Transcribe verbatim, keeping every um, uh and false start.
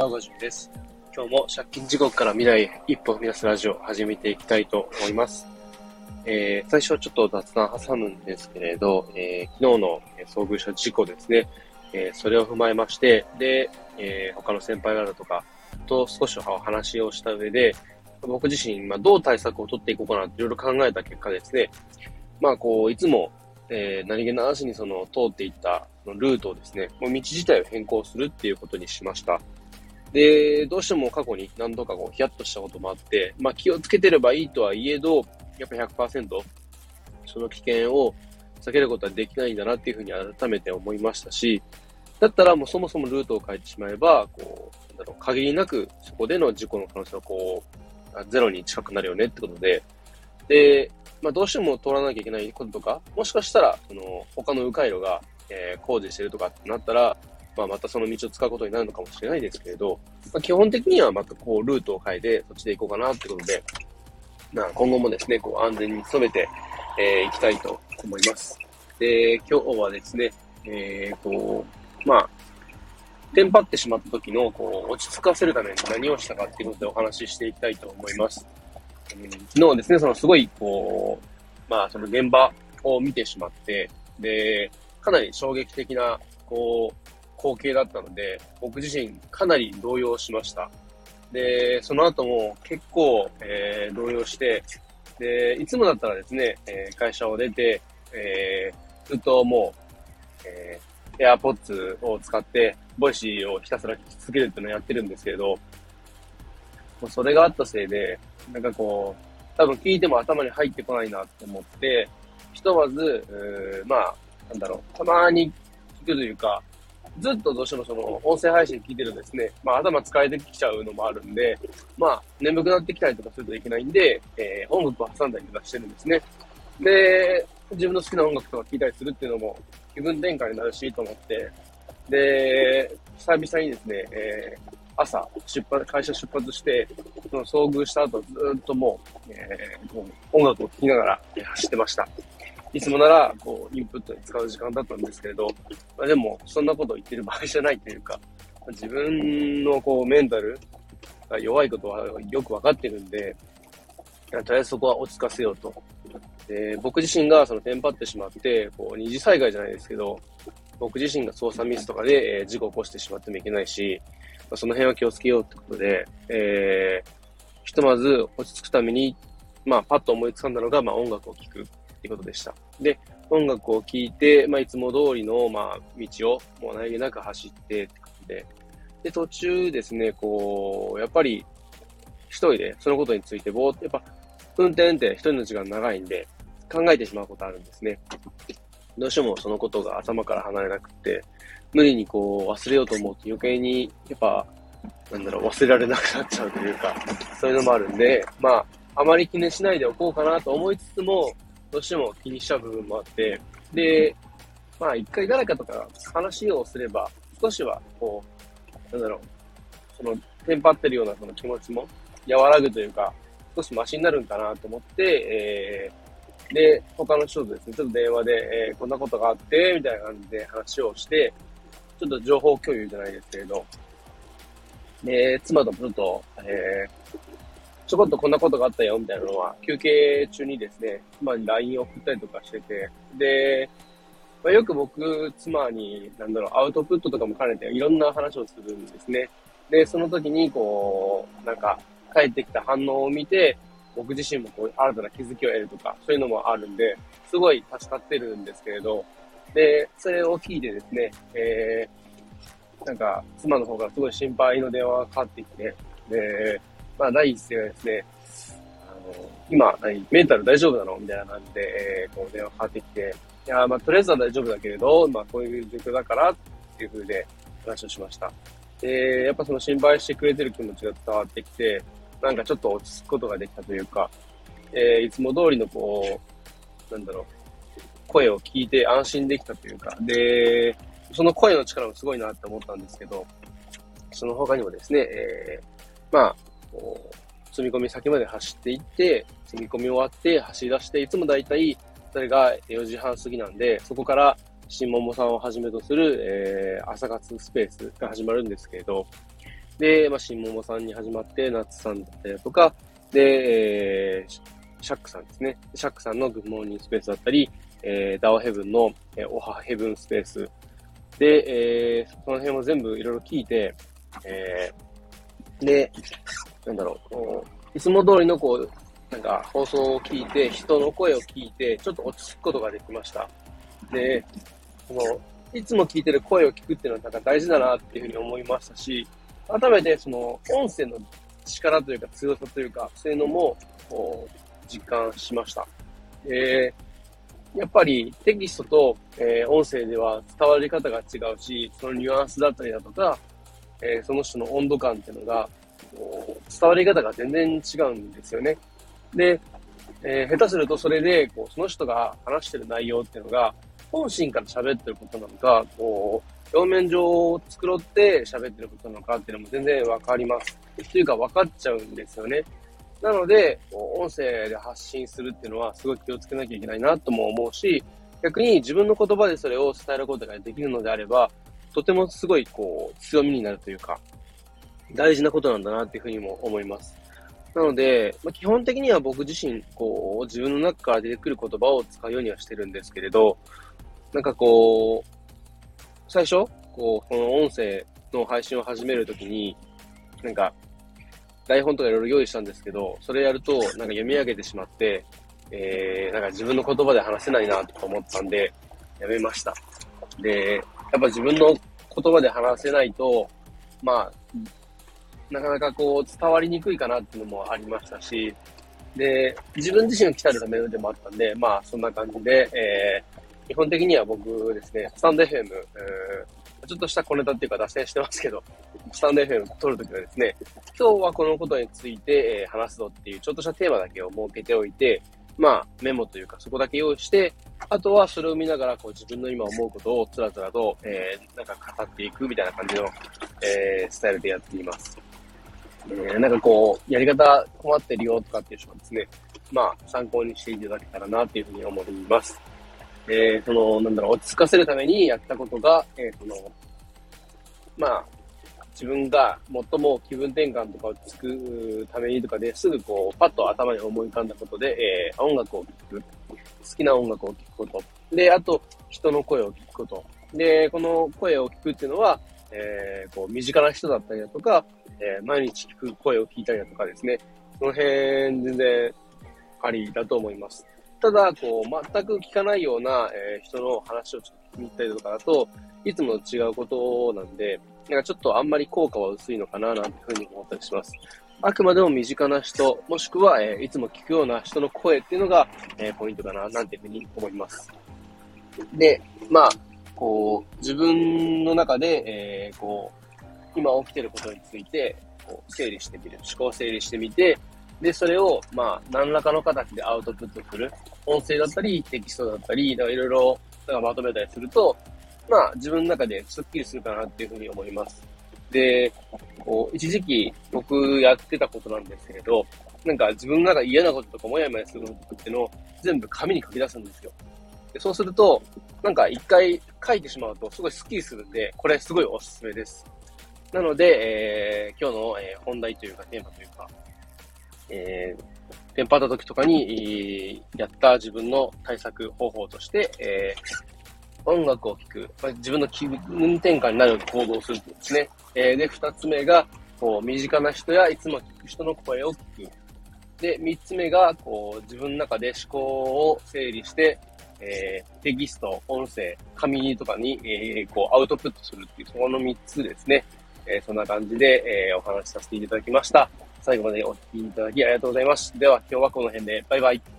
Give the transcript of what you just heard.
川川淳です。今日も借金地獄から未来へ一歩踏み出すラジオを始めていきたいと思います。えー、最初はちょっと雑談挟むんですけれど、えー、昨日の遭遇した事故ですね、えー、それを踏まえまして、で、えー、他の先輩方とかと少しお話をした上で、僕自身、まあ、どう対策を取っていこうかなっていろいろ考えた結果ですね、まあこう、いつも、えー、何気なしにその通っていったルートをですね、もう道自体を変更するっていうことにしました。で、どうしても過去に何度かこうヒヤッとしたこともあって、まあ気をつけてればいいとはいえど、やっぱ ひゃくパーセント その危険を避けることはできないんだなっていうふうに改めて思いましたし、だったらもうそもそもルートを変えてしまえば、こう、なんだろう、限りなくそこでの事故の可能性はこう、ゼロに近くなるよねってことで、で、まあどうしても通らなきゃいけないこととか、もしかしたら、その、他の迂回路が、えー、工事してるとかってなったら、まあまたその道を使うことになるのかもしれないですけれど、まあ、基本的にはまたこうルートを変えてそっちで行こうかなってことで、まあ今後もですね、こう安全に努めて、えー、行きたいと思います。で、今日はですね、えー、こう、まあ、テンパってしまった時の、こう、落ち着かせるために何をしたかっていうことでお話ししていきたいと思います。うん、昨日ですね、そのすごい、こう、まあ、その現場を見てしまって、で、かなり衝撃的な、こう、光景だったので、僕自身かなり動揺しました。で、その後も結構、えー、動揺して、で、いつもだったらですね、えー、会社を出て、えー、ずっともう、えー、AirPods を使って、ボイシーをひたすら聞き続けるっていうのをやってるんですけれど、もうそれがあったせいで、なんかこう、多分聞いても頭に入ってこないなって思って、ひとまず、うーまあ、なんだろう、たまに聞くというか、ずっとどうしてもその音声配信聞いてるとですね、まあ頭疲れてきちゃうのもあるんで、まあ眠くなってきたりとかするといけないんで、えー、音楽を挟んだりとかしてるんですね。で、自分の好きな音楽とか聞いたりするっていうのも気分転換になるしと思って、で、久々にですね、えー、朝出発、会社出発して、その遭遇した後ずっともう、えー、もう音楽を聴きながら走ってました。いつもなら、こう、インプットに使う時間だったんですけれど、まあ、でも、そんなことを言ってる場合じゃないというか、自分のこう、メンタルが弱いことはよくわかってるんで、とりあえずそこは落ち着かせようと。で、僕自身がそのテンパってしまって、こう、二次災害じゃないですけど、僕自身が操作ミスとかで、えー、事故を起こしてしまってもいけないし、まあ、その辺は気をつけようってことで、えー、ひとまず落ち着くために、まあ、パッと思いつかんだのが、まあ、音楽を聴く。っていうことでした。で、音楽を聴いて、まあ、いつも通りの、まあ、道を、もう何気なく走ってってことで、で、途中ですね、こう、やっぱり、一人でそのことについてぼーっと、やっぱ、運転って一人の時間長いんで、考えてしまうことあるんですね。どうしてもそのことが頭から離れなくって、無理にこう、忘れようと思うと余計に、やっぱ、なんだろう、忘れられなくなっちゃうというか、そういうのもあるんで、まあ、あまり気にしないでおこうかなと思いつつも、どうしても気にしちゃう部分もあって、で、まあ一回誰かとか話をすれば、少しはこう、なんだろう、その、テンパってるようなその気持ちも和らぐというか、少しマシになるんかなと思って、えー、で、他の人とですね、ちょっと電話で、えー、こんなことがあって、みたいな感じで話をして、ちょっと情報共有じゃないですけれど、で、妻ともちょっと、えー、ちょこっとこんなことがあったよ、みたいなのは、休憩中にですね、妻に ライン を送ったりとかしてて、で、まあ、よく僕、妻に、なんだろう、アウトプットとかも兼ねていろんな話をするんですね。で、その時に、こう、なんか、返ってきた反応を見て、僕自身もこう、新たな気づきを得るとか、そういうのもあるんで、すごい助かってるんですけれど、で、それを聞いてですね、えー、なんか、妻の方からすごい心配の電話がかかってきて、で、まあ、第一声はですね、あの、今、何、メンタル大丈夫なのみたいな感じで、えー、こう電話かかってきて、いや、まあ、とりあえずは大丈夫だけれど、まあ、こういう状況だから、っていう風で話をしました。で、やっぱその心配してくれてる気持ちが伝わってきて、なんかちょっと落ち着くことができたというか、えー、いつも通りのこう、なんだろう、声を聞いて安心できたというか、で、その声の力もすごいなって思ったんですけど、その他にもですね、えー、まあ、こう積み込み先まで走っていって、積み込み終わって走り出して、いつもだいたいそれがよじはん過ぎなんで、そこから新桃さんをはじめとする、えー、朝活スペースが始まるんですけれど、 で、まあ、新桃さんに始まって、ナッツさんだったりだとか、で、えー、シャックさんですね。シャックさんのグッドモーニングスペースだったり、えー、ダオヘブンの、えー、オハヘブンスペース。で、えー、その辺も全部いろいろ聞いて、えー、で、なんだろう、こういつも通りのこう、なんか放送を聞いて、人の声を聞いて、ちょっと落ち着くことができました。で、この、いつも聞いてる声を聞くっていうのはなんか大事だなっていうふうに思いましたし、改めてその音声の力というか強さというか、そういうのもこう実感しました。えー、やっぱりテキストと、えー、音声では伝わり方が違うし、そのニュアンスだったりだとか、えー、その人の温度感っていうのが、伝わり方が全然違うんですよね。で、えー、下手するとそれで、こう、その人が話してる内容っていうのが、本心から喋ってることなのか、こう、表面上を繕って喋ってることなのかっていうのも全然わかります。っていうか分かっちゃうんですよね。なので、音声で発信するっていうのはすごい気をつけなきゃいけないなとも思うし、逆に自分の言葉でそれを伝えることができるのであれば、とてもすごいこう、強みになるというか、大事なことなんだなっていうふうにも思います。なので、まあ、基本的には僕自身、こう、自分の中から出てくる言葉を使うようにはしてるんですけれど、なんかこう、最初、こう、この音声の配信を始めるときに、なんか、台本とかいろいろ用意したんですけど、それやると、なんか読み上げてしまって、えー、なんか自分の言葉で話せないなと思ったんで、やめました。で、やっぱ自分の言葉で話せないと、まあ、なかなかこう伝わりにくいかなっていうのもありましたし、で、自分自身を鍛えるためでもあったんで、まあそんな感じで、えー、基本的には僕ですね、スタンド エフエム、えー、ちょっとした小ネタっていうか脱線してますけど、スタンド エフエム 撮るときはですね、今日はこのことについて、えー、話すぞっていうちょっとしたテーマだけを設けておいて、まあメモというかそこだけ用意して、あとはそれを見ながらこう自分の今思うことをつらつらと、えー、なんか語っていくみたいな感じの、えー、スタイルでやっています。えー、なんかこう、やり方困ってるよとかっていう人はですね、まあ、参考にしていただけたらなっていうふうに思います。えー、その、なんだろう、落ち着かせるためにやったことが、えー、その、まあ、自分が最も気分転換とかをつくためにとかですぐこう、パッと頭に思い浮かんだことで、えー、音楽を聴く。好きな音楽を聴くこと。で、あと、人の声を聞くこと。で、この声を聞くっていうのは、えー、こう、身近な人だったりだとか、えー、毎日聞く声を聞いたりだとかですね。その辺、全然ありだと思います。ただ、こう、全く聞かないような、えー、人の話をちょっと聞いたりとかだと、いつもと違うことなんで、なんかちょっとあんまり効果は薄いのかな、なんていうふうに思ったりします。あくまでも身近な人、もしくは、えー、いつも聞くような人の声っていうのが、えー、ポイントかな、なんていうふうに思います。で、まあ、こう、自分の中で、えー、こう、今起きていることについて、こう、整理してみる。思考を整理してみて、で、それを、まあ、何らかの形でアウトプットする。音声だったり、テキストだったり、いろいろ、まとめたりすると、まあ、自分の中でスッキリするかなっていうふうに思います。で、こう、一時期僕やってたことなんですけれど、なんか自分の中で嫌なこととかもやもやすることっていうのを全部紙に書き出すんですよ。でそうすると、なんか一回書いてしまうとすごいスッキリするんで、これすごいおすすめです。なので、えー、今日の、えー、本題というかテーマというか、えー、テンパった時とかに、えー、やった自分の対策方法として、えー、音楽を聴く、まあ、自分の気分転換になる行動をするんですね。えー、で、二つ目が、こう、身近な人やいつも聞く人の声を聞く。で、三つ目が、こう、自分の中で思考を整理して、えー、テキスト、音声、紙とかに、えー、こう、アウトプットするっていう、そこの三つですね。えー、そんな感じで、えー、お話しさせていただきました。最後までお聞きいただきありがとうございます。では、今日はこの辺で、バイバイ。